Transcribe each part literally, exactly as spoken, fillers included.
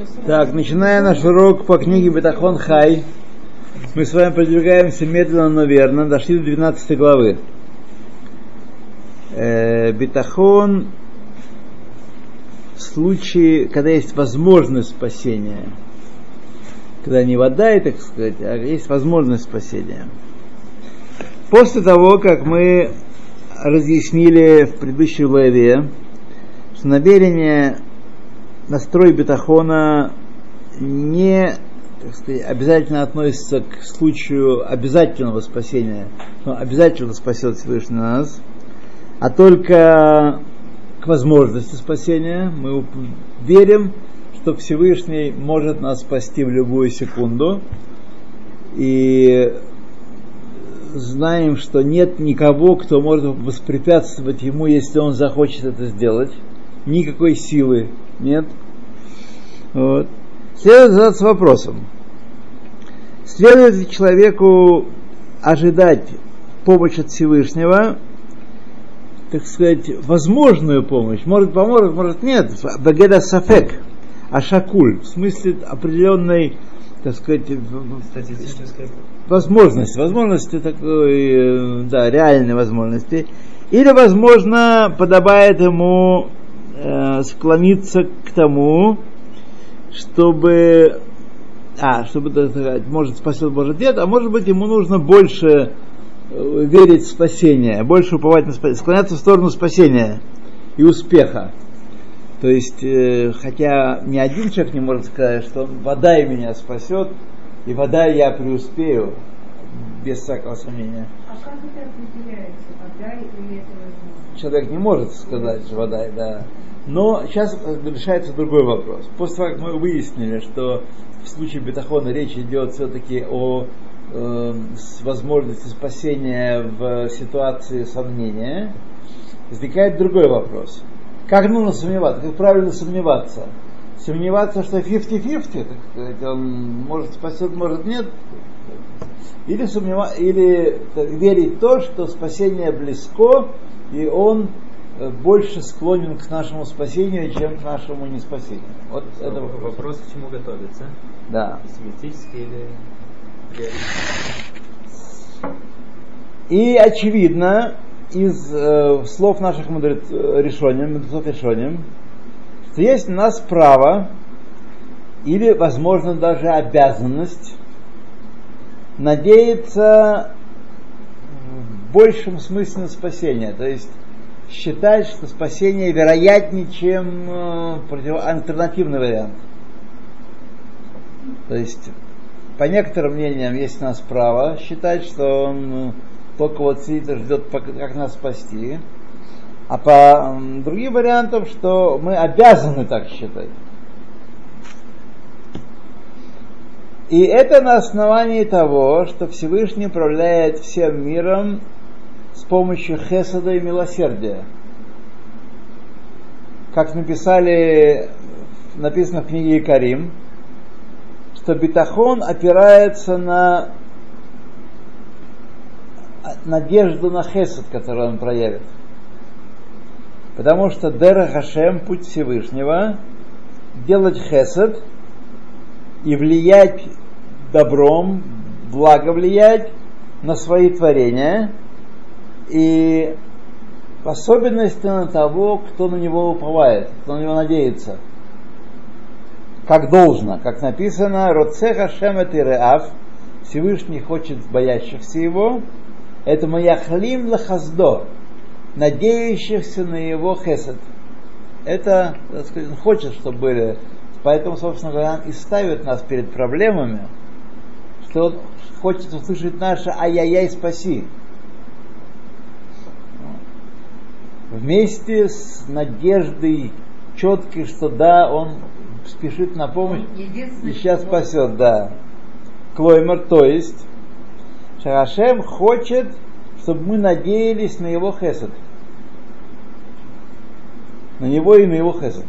Так, начиная наш урок по книге Битахон Хай, мы с вами продвигаемся медленно, но верно, дошли до двенадцатой главы. Э, Битахон в случае, когда есть возможность спасения, когда не вода, так сказать, а есть возможность спасения. После того, как мы разъяснили в предыдущей главе, что намерение настрой битахона не, так сказать, обязательно относится к случаю обязательного спасения, но обязательно спасет Всевышний нас, а только к возможности спасения. Мы верим, что Всевышний может нас спасти в любую секунду, и знаем, что нет никого, кто может воспрепятствовать ему, если он захочет это сделать. Никакой силы нет. Вот. Следует задаться вопросом: следует ли человеку ожидать помощь от Всевышнего, так сказать, возможную помощь? Может поможет, может нет. Багеда сафек, ашакуль, в смысле определенной, так сказать, возможности, возможности такой, да, реальной возможности. Или, возможно, подобает ему э, склониться к тому, чтобы, а, чтобы, так сказать, может спасет, может нет, а может быть ему нужно больше верить в спасение, больше уповать на спасение, склоняться в сторону спасения и успеха. То есть, э, хотя ни один человек не может сказать, что вода и меня спасет, и вода и я преуспею, без всякого сомнения. А как это определяется, вода или это возможно? Человек не может сказать, что вода, да. Но сейчас решается другой вопрос. После того, как мы выяснили, что в случае битахона речь идет все-таки о э, возможности спасения в ситуации сомнения, возникает другой вопрос. Как нужно сомневаться? Как правильно сомневаться? Сомневаться, что фифти-фифти, так сказать, он может спасет, может нет? Или, сомнева... Или так, верить в то, что спасение близко, и он больше склонен к нашему спасению, чем к нашему неспасению. Вот so, это вопрос. Вопрос, к чему готовиться? Да. Пессимистически или реалистически? И очевидно, из э, слов наших мудрецов решением, мудрецов решением, что есть у нас право, или, возможно, даже обязанность надеяться в большем смысле на спасение. То есть считать, что спасение вероятнее, чем э, против... альтернативный вариант. То есть, по некоторым мнениям, есть у нас право считать, что он только вот сидит и ждет, как нас спасти. А по другим вариантам, что мы обязаны так считать. И это на основании того, что Всевышний управляет всем миром с помощью хесада и милосердия. Как написали, написано в книге Икарим, что битахон опирается на надежду на хесад, который он проявит. Потому что Дерех Хашем, путь Всевышнего, делать хесад и влиять добром, благо влиять на свои творения, и в особенности на того, кто на него уповает, кто на него надеется. Как должно, как написано, Роце Хашем эт иреав, Всевышний хочет боящихся его, это маяхлим лахаздо, надеющихся на его хесед. Это, так сказать, он хочет, чтобы были. Поэтому, собственно говоря, он и ставит нас перед проблемами, что он хочет услышать наше «ай-яй-яй, спаси». Вместе с надеждой четкой, что да, он спешит на помощь и сейчас спасет, да. Клоймер, то есть, Шарашем хочет, чтобы мы надеялись на его хесед. На него и на его хесед.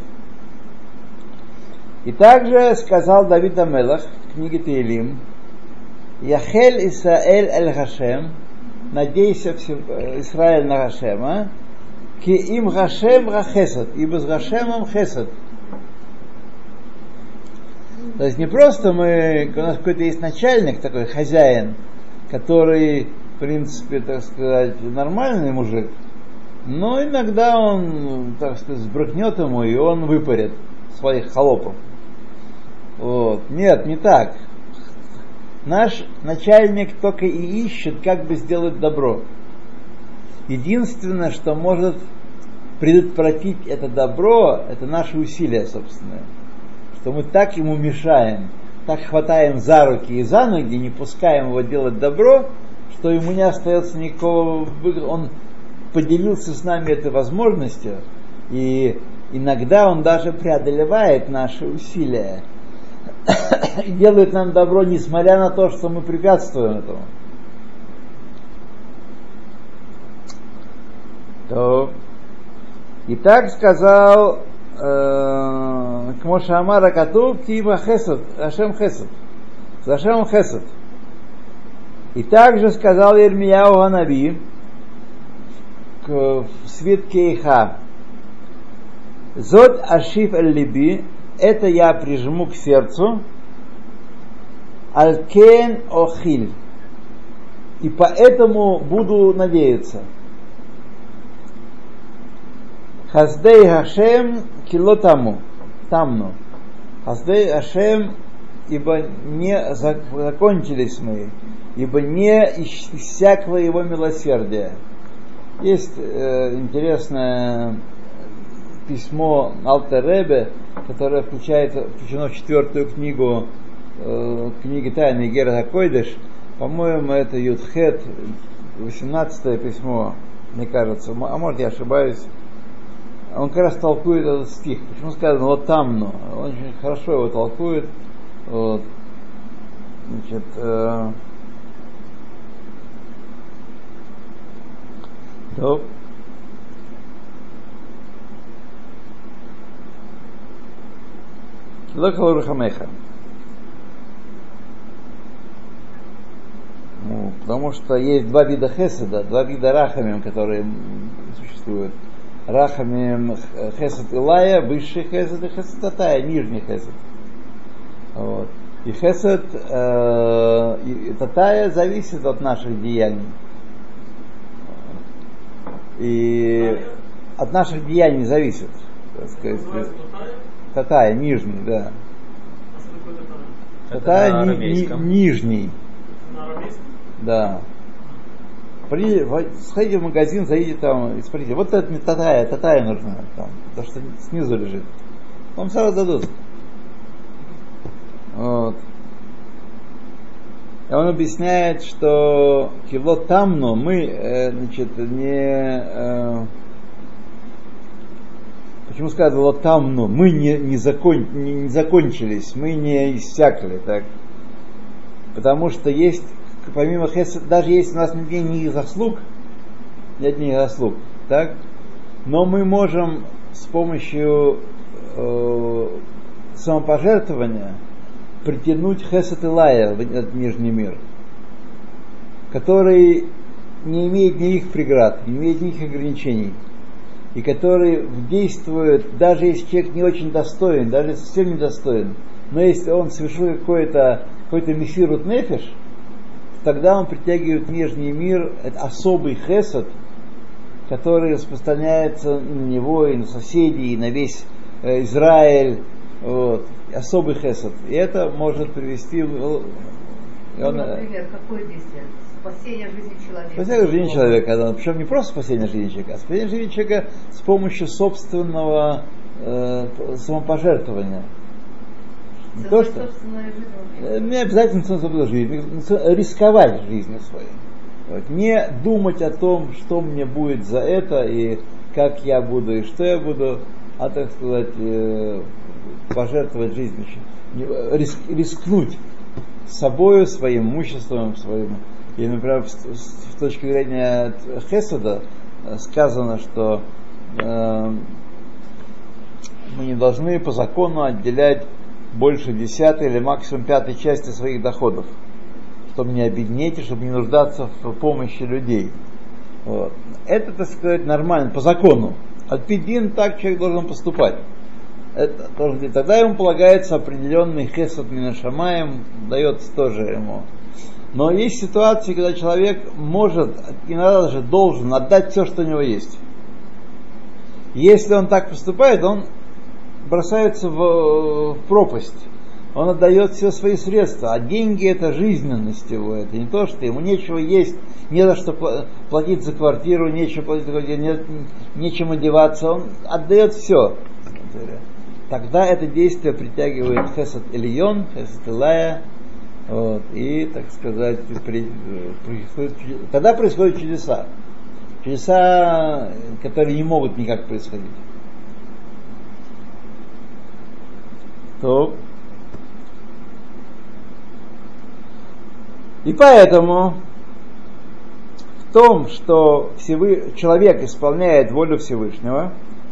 И также сказал Давид ха-Мелех в книге Теилим: Яхель Исраэль эль Хашем, надейся Израиль на Хашема, ки им Хашем ха хесед, ибо с Хашемом хесед. То есть не просто мы, у нас какой-то есть начальник, такой хозяин, который, в принципе, так сказать, нормальный мужик, но иногда он, так сказать, сбрыкнет ему, и он выпарит своих холопов. Вот. Нет, не так. Наш начальник только и ищет, как бы сделать добро. Единственное, что может предотвратить это добро, это наши усилия собственные. Что мы так ему мешаем, так хватаем за руки и за ноги, не пускаем его делать добро, что ему не остается никакого выгода. Он поделился с нами этой возможностью, и иногда он даже преодолевает наши усилия и делает нам добро, несмотря на то, что мы препятствуем этому. То. И так сказал к Мошамара Катуб Кима Хесед, Ашем Хесед. Ашем Хесед. И также сказал Ирмияу Ханави в свитке Иха: Зод Ашиф Эль-Либи, это я прижму к сердцу, Аль-Кен Охиль, и поэтому буду надеяться. Хаздей Хашем килотаму, тамну. Хаздей Хашем, ибо не закончились мы, ибо не иссякло его милосердие. Есть э, интересное письмо Алтер Ребе, которое включает, включено в четвертую книгу э, книги Тайны Гера Койдеш. По-моему, это Юдхет, восемнадцатое письмо, мне кажется, а может я ошибаюсь. Он как раз толкует этот стих. Почему сказано вот тамно? Он очень хорошо его толкует. Вот. Значит, э, да. Лохалурхамеха. Ну, потому что есть два вида хеседа, два вида рахамим, которые существуют. Рахамим хесед Илая, высший хесед, и хесед Татая, нижний хесед. Вот. И хесед э, и Татая зависит от наших деяний. И от наших деяний зависит. Так сказать. Татая, нижний, да. Татая ни, ни, нижний. Да. При, сходите в магазин, зайдите там и спросите, вот это мне татая, татая нужна, там, потому что снизу лежит. Вам сразу дадут. Вот. И он объясняет, что кило тамно мы, э, значит, не... Э, почему сказано тамно? Мы не, не, закон, не, не закончились, мы не иссякли, так? Потому что есть... Помимо хесед, даже если у нас нет ни заслуг, нет ни заслуг, так, но мы можем с помощью э, самопожертвования притянуть хесед Илая в этот нижний мир, который не имеет никаких преград, не имеет никаких ограничений, и который действует, даже если человек не очень достоин, даже если совсем не достоин, но если он совершил какой-то, какой-то мессирут нефеш, тогда он притягивает нижний мир, это особый хесед, который распространяется и на него, и на соседей, и на весь э, Израиль, вот, особый хесед. И это может привести... Ну, он, например, какое действие? Спасение жизни человека. Спасение жизни человека, да. Причем не просто спасение жизни человека, а спасение жизни человека с помощью собственного э, самопожертвования. Не то, что не обязательно собственную жизнь, рисковать жизнью своей. Вот. Не думать о том, что мне будет за это, и как я буду, и что я буду, а, так сказать, пожертвовать жизнью. Риск, рискнуть собою, своим имуществом, своим. И, например, с, с точки зрения хеседа сказано, что э, мы не должны по закону отделять больше десятой или максимум пятой части своих доходов, чтобы не обеднеть и чтобы не нуждаться в помощи людей. Вот. Это, так сказать, нормально, по закону. От пидин так человек должен поступать. это тоже, тогда ему полагается определенный хесед минашамаем, дается тоже ему. Но есть ситуации, когда человек может, иногда даже должен отдать все, что у него есть. Если он так поступает, он бросается в, в пропасть. Он отдает все свои средства, а деньги — это жизненность его, это не то, что ему нечего есть, не за что платить за квартиру, нечего платить за квартиру, не, нечем одеваться, он отдает все. Тогда это действие притягивает хесед эльон, хесед элая, вот, и, так сказать, при, происходит, тогда происходят чудеса. Чудеса, которые не могут никак происходить. То. И поэтому в том, что Всевы... человек исполняет волю Всевышнего,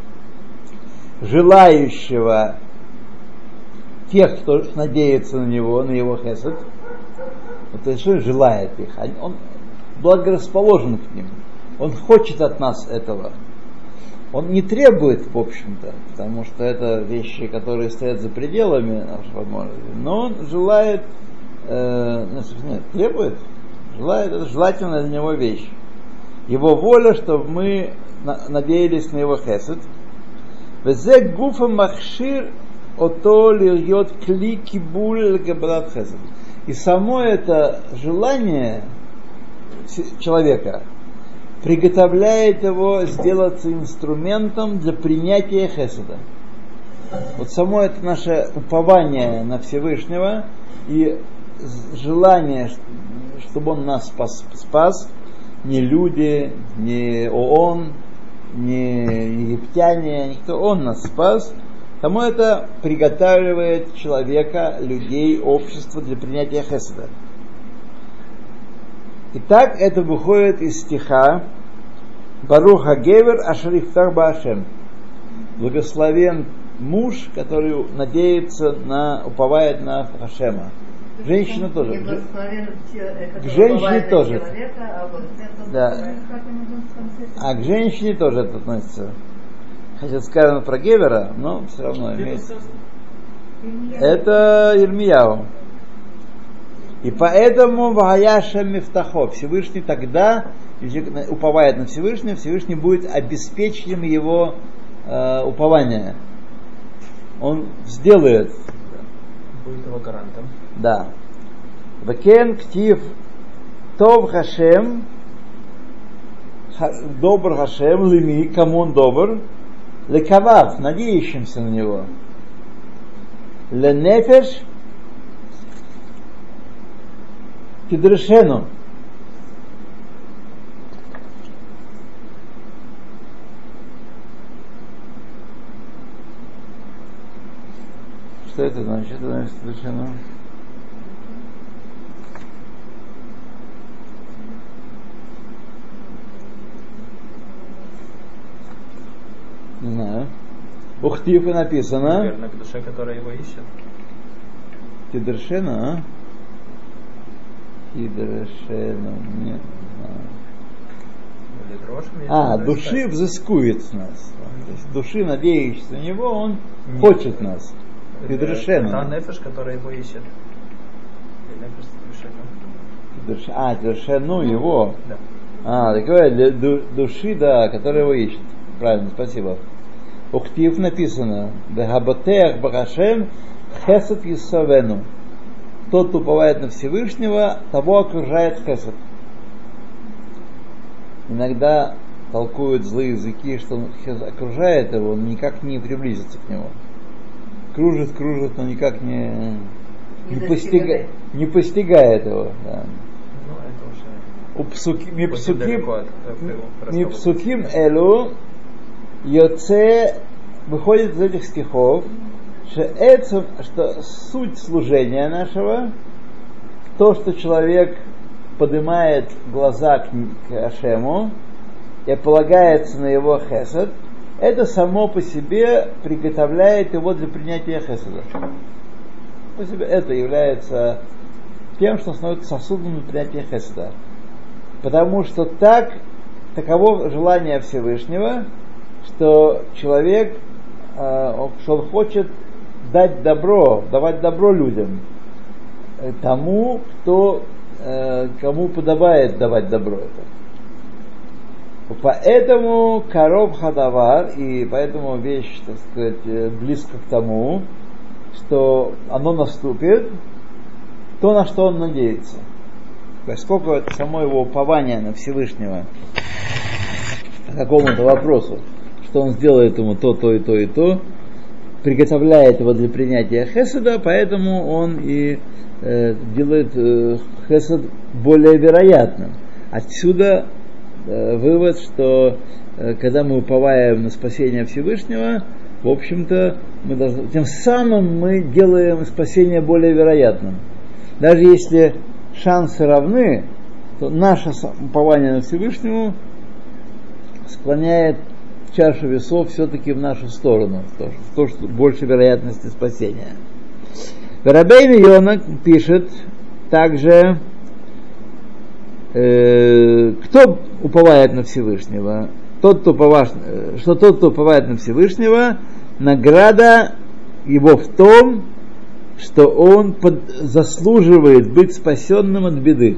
желающего тех, кто надеется на него, на его хесед, то есть что желает их, он благорасположен к ним, он хочет от нас этого. Он не требует, в общем-то, потому что это вещи, которые стоят за пределами нашей возможности, но он желает, э, нет, требует, желает, это желательная для него вещь. Его воля, чтобы мы на, надеялись на его хесед. Везе гуфа махшир ото льет кли кибуль габалат хесед. И само это желание человека приготовляет его сделаться инструментом для принятия хеседа. Вот само это наше упование на Всевышнего и желание, чтобы он нас спас, спас, не люди, не ООН, не египтяне, никто, он нас спас, само это приготавливает человека, людей, общество для принятия хеседа. Итак, это выходит из стиха Барух ха-гевер ашер ифтах ба-Ашем. Благословен муж, который надеется на, уповает на Хашема. Женщина тоже. К женщине тоже. Человека, а, вот да. А к женщине тоже это относится. Хотя сказано про Гевера, но все равно имеется. Это Ирмияу. И поэтому Ваяша Мифтахо, Всевышний тогда, уповает на Всевышнего, Всевышний будет обеспечением его э, упования. Он сделает. Будет его гарантом. Да. Вакен ктив тов Хашем, добр Хашем, лими, кому он добр, лекавав, надеющимся на него, ленефеш, кидршену. Что это значит? Это значит кидршену. Не знаю. Ухтив и написано. Наверное, к душе, которая его ищет. Кидршена, а? Кидршена, не знаю. А, души взыскует с нас. То есть души, надеющиеся на него, он Нет. хочет нас. Кидршена. Та нефеш, которая его ищет. А, кидршену его. Да. А, такое для души, да, которая его ищет. Правильно, спасибо. Ухтив написано: Бехаботех Бахашем Хесед Йисовену. Тот, кто уповает на Всевышнего, того окружает хесед. Иногда толкуют злые языки, что он окружает его, он никак не приблизится к нему. Кружит, кружит, но никак не, не, не, постига, не постигает его. Да. Ну, это уже... У псуким, не псуким элу йоце выходит из этих стихов, что, это, что суть служения нашего, то, что человек поднимает глаза к, к Ашему и полагается на его хесед, это само по себе приготовляет его для принятия хеседа. По себе это является тем, что становится сосудом для принятия хеседа. Потому что так, таково желание Всевышнего, что человек что он хочет дать добро, давать добро людям, тому, кто, кому подобает давать добро это. Поэтому коров хадавар, и поэтому вещь, так сказать, близко к тому, что оно наступит, то, на что он надеется. Поскольку это само его упование на Всевышнего по какому-то вопросу, что он сделает ему то, то и то и то, приготовляет его для принятия хеседа, поэтому он и э, делает э, хесед более вероятным. Отсюда э, вывод, что э, когда мы уповаем на спасение Всевышнего, в общем-то, мы должны, тем самым мы делаем спасение более вероятным. Даже если шансы равны, то наше упование на Всевышнего склоняет чашу весов все-таки в нашу сторону, в то, что больше вероятности спасения. Рабейну Йона пишет также, э, кто уповает на Всевышнего, тот, кто уповает, что тот, кто уповает на Всевышнего, награда его в том, что он под, заслуживает быть спасенным от беды.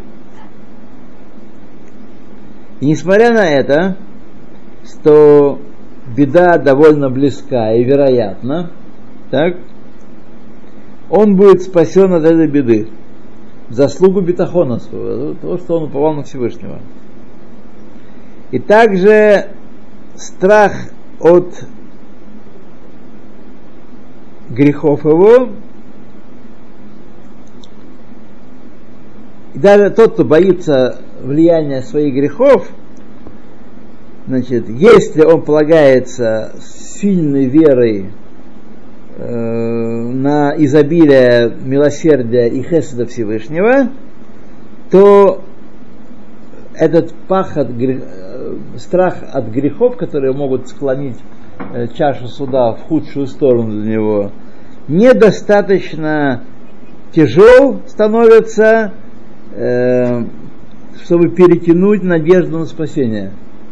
И несмотря на это, что беда довольно близка и вероятна, так, он будет спасен от этой беды в заслугу битахона своего, того, что он уповал на Всевышнего. И также страх от грехов его, и даже тот, кто боится влияния своих грехов, значит, если он полагается сильной верой э, на изобилие милосердия и хеседа Всевышнего, то этот пахот, грех, э, страх от грехов, которые могут склонить э, чашу суда в худшую сторону для него, недостаточно тяжел становится, э, чтобы перетянуть надежду на спасение.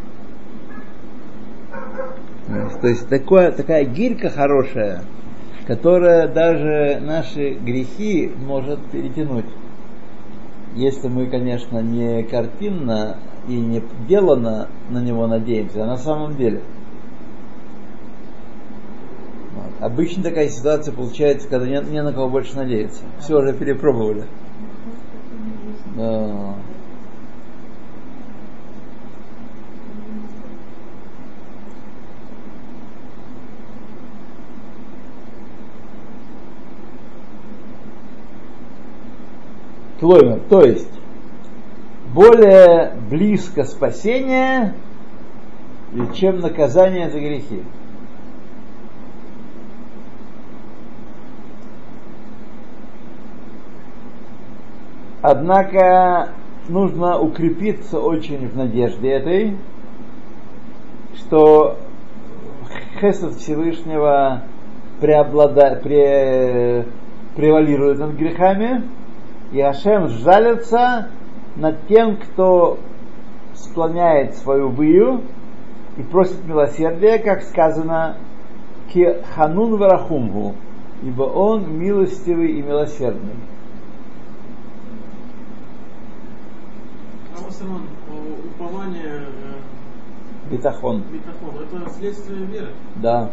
То есть такое, такая гирька хорошая, которая даже наши грехи может перетянуть. Если мы, конечно, не картинно и не деланно на него надеемся, а на самом деле. Вот. Обычно такая ситуация получается, когда не, не на кого больше надеяться. Все уже перепробовали. Да. То есть, более близко спасение, чем наказание за грехи. Однако нужно укрепиться очень в надежде этой, что хесед Всевышнего преобладает, пре, превалирует над грехами, и Ашем жалится над тем, кто склоняет свою выю и просит милосердия, как сказано, ки ханун варахумгу, ибо он милостивый и милосердный. А Вассерман, упование битахон. битахон, это следствие веры? Да.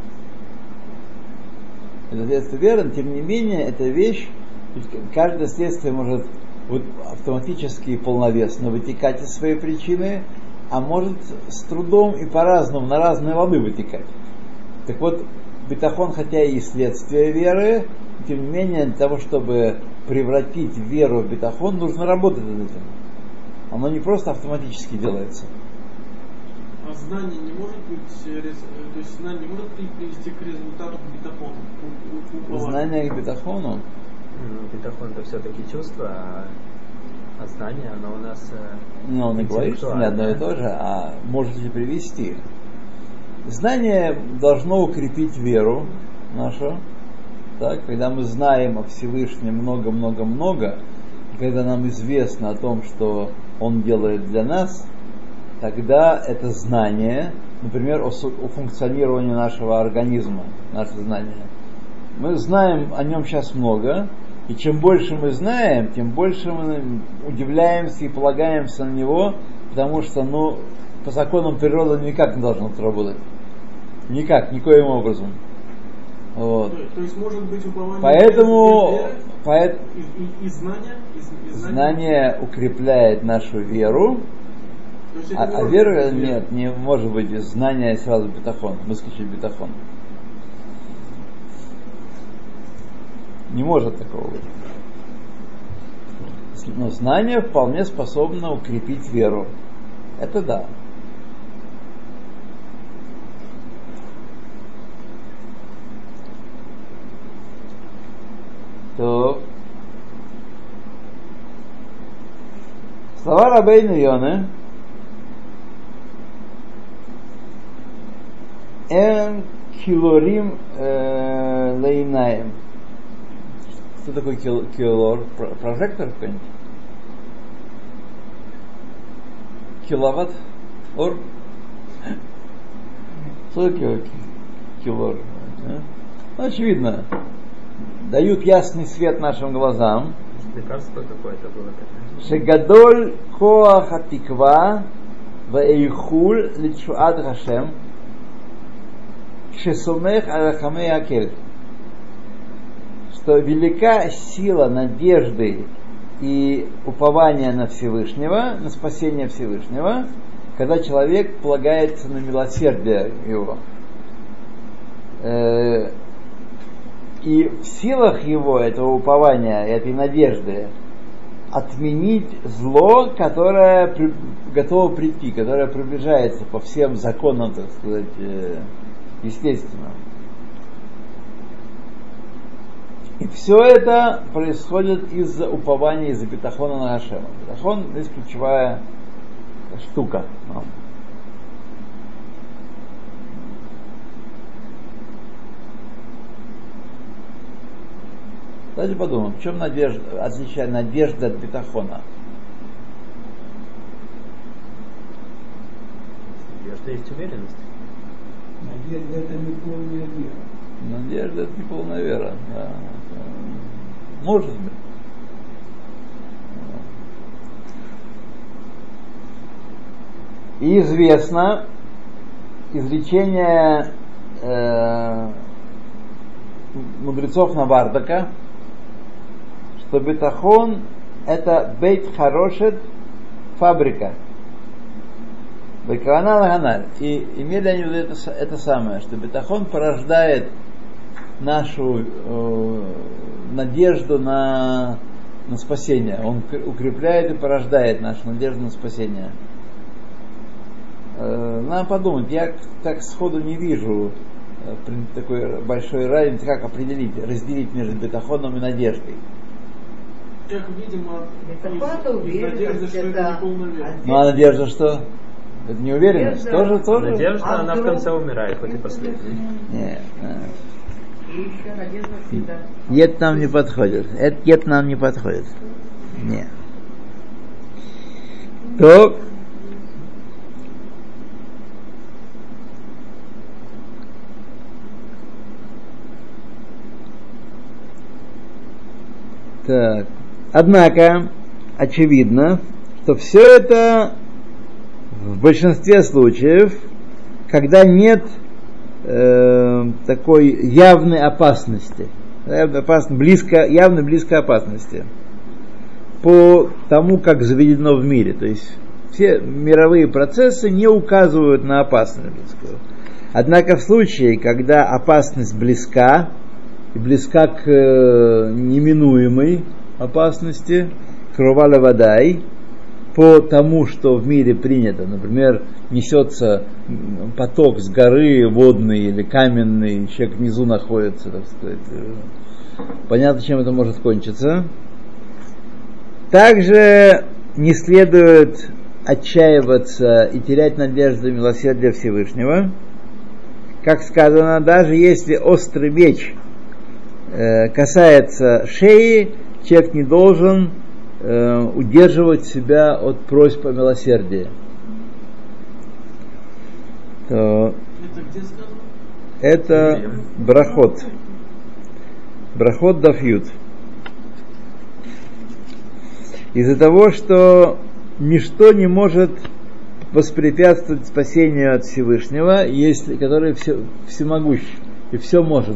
Это следствие веры, но тем не менее, эта вещь, каждое следствие может вот автоматически и полновесно вытекать из своей причины, а может с трудом и по-разному, на разные лады вытекать. Так вот, битахон, хотя и следствие веры, тем не менее, для того, чтобы превратить веру в битахон, нужно работать над этим. Оно не просто автоматически делается. А знание не может быть, то есть знание не может привести к результату к битахону? Знание к битахону? Ну, битахон это все-таки чувство, а, а знание, оно у нас ну, он не говорит, что не одно и то же, а может ли привести. Знание должно укрепить веру нашу, так, когда мы знаем о Всевышнем много-много-много, когда нам известно о том, что Он делает для нас, тогда это знание, например, о, о функционировании нашего организма, наше знание. Мы знаем о нем сейчас много, и чем больше мы знаем, тем больше мы удивляемся и полагаемся на него, потому что, ну, по законам природы никак не должно это работать. Никак, никоим образом. Вот. То, то есть может быть упование Поэтому из, поэт, из, из, из знания, из, из знания? Знание укрепляет нашу веру, а, а вера нет, не может быть из знания сразу бетахон, выскочить бетахон. Не может такого быть. Но знание вполне способно укрепить веру. Это да. То слова Рабейну Йоны эн килорим лейнаем. Что такое кил, килор? Прожектор какой-нибудь? Киловатт? Ор? Что такое килор? Ну, очевидно. Дают ясный свет нашим глазам. Лекарство какое-то было такое. Шегадоль коах атиква ваэйхуль литшуад Хашем кшесумех алахамей акель. Что велика сила надежды и упования на Всевышнего, на спасение Всевышнего, когда человек полагается на милосердие его. И в силах его, этого упования, этой надежды, отменить зло, которое при, готово прийти, которое приближается по всем законам, так сказать, естественно. И все это происходит из-за упования, из-за бетахона на Ашема. Бетахон – это ключевая штука. Давайте подумаем, в чем надежда, отличает надежда от бетахона? Надежда есть уверенность. Надежда это не полная вера. Надежда это не полная вера. Да. Может быть. И известно изречение э, мудрецов Навардака, что бетахон это бейт харошет, фабрика. Бекавана лаганаль. И имели они вот это, это самое, что бетахон порождает нашу э, надежду на, на спасение. Он укрепляет и порождает нашу надежду на спасение. Э, надо подумать, я так сходу не вижу э, такой большой разницы, как определить, разделить между бетахоном и надеждой. Как видимо, Бетахон из, из надежды, что это не полная вера. Ну а надежда что? Это неуверенность? Надежда. Тоже, тоже? Надежда, А она в вдруг? конце умирает, хоть и последний. Нет. И еще надежда всегда. Это нам не подходит. Это, это нам не подходит. Нет. То так. Однако, очевидно, что все это в большинстве случаев, когда нет э, такой явной опасности, опас, близко, явно близкой опасности, по тому, как заведено в мире. То есть все мировые процессы не указывают на опасность близкую. Однако в случае, когда опасность близка, и близка к э, неминуемой опасности, кровала водай, по тому, что в мире принято, например, несется поток с горы водный или каменный, человек внизу находится, так сказать, понятно, чем это может кончиться. Также не следует отчаиваться и терять надежду и милосердие Всевышнего. Как сказано, даже если острый меч э, касается шеи, человек не должен э, удерживать себя от просьб о милосердии. то Это где сказано? это брахот. Брахот дафьют. Из-за того, что ничто не может воспрепятствовать спасению от Всевышнего, если, который все, всемогущ и все может.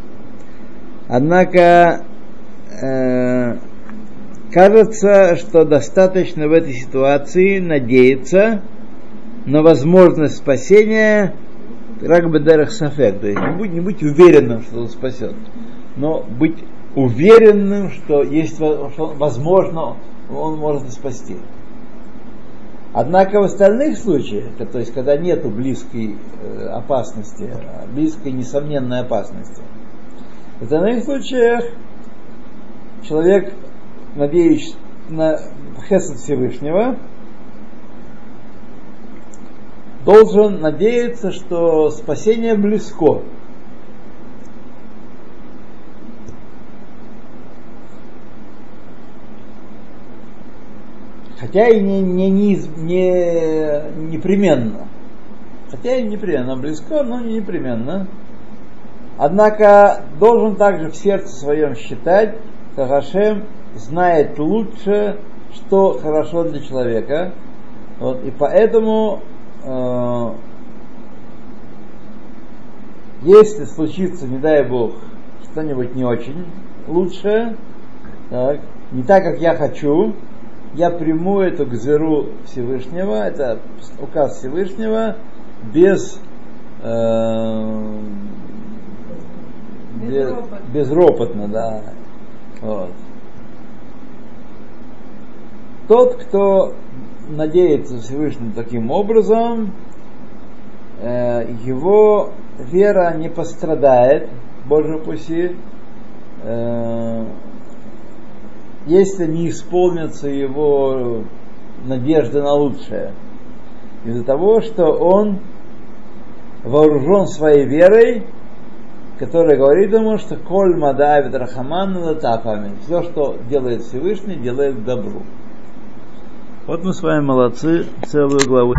Однако э, кажется, что достаточно в этой ситуации надеяться на возможность спасения рагбе дерех сафек, то есть не быть, не быть уверенным, что он спасет, но быть уверенным, что есть, что возможно, он может спасти. Однако в остальных случаях, то есть когда нет близкой э, опасности, близкой несомненной опасности, в остальных случаях человек, надеясь на хесед Всевышнего, должен надеяться, что спасение близко. Хотя и не, не, не, не непременно. Хотя и непременно близко, но не непременно. Однако должен также в сердце своем считать, что Хашем знает лучше, что хорошо для человека. Вот, и поэтому, э, если случится, не дай Бог, что-нибудь не очень лучшее, так, не так, как я хочу, я приму эту гзеру Всевышнего, это указ Всевышнего, без, э, без безропотно, да. Вот. Тот, кто надеется Всевышнему таким образом, э, его вера не пострадает, Боже упаси, э, если не исполнится его надежда на лучшее. Из-за того, что он вооружен своей верой, которая говорит ему, что коль мадавит рахаман латафами. Все, что делает Всевышний, делает к добру. Вот мы с вами молодцы, целую главу